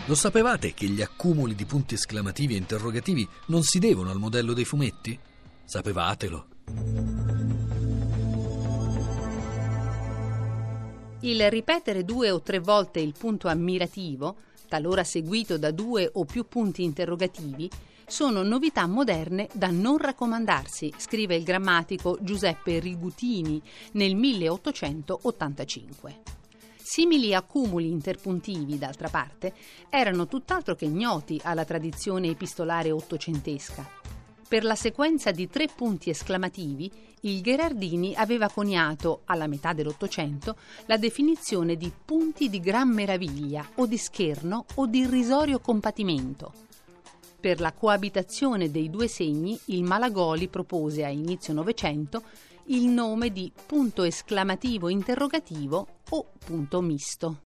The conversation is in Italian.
Lo sapevate che gli accumuli di punti esclamativi e interrogativi non si devono al modello dei fumetti? Sapevatelo. Il ripetere 2 o 3 volte il punto ammirativo, talora seguito da 2 o più punti interrogativi, sono novità moderne da non raccomandarsi, scrive il grammatico Giuseppe Rigutini nel 1885. Simili accumuli interpuntivi, d'altra parte, erano tutt'altro che ignoti alla tradizione epistolare ottocentesca. Per la sequenza di 3 punti esclamativi, il Gherardini aveva coniato, alla metà dell'Ottocento, la definizione di punti di gran meraviglia o di scherno o di irrisorio compatimento. Per la coabitazione dei 2 segni, il Malagoli propose a inizio Novecento il nome di punto esclamativo interrogativo o punto misto.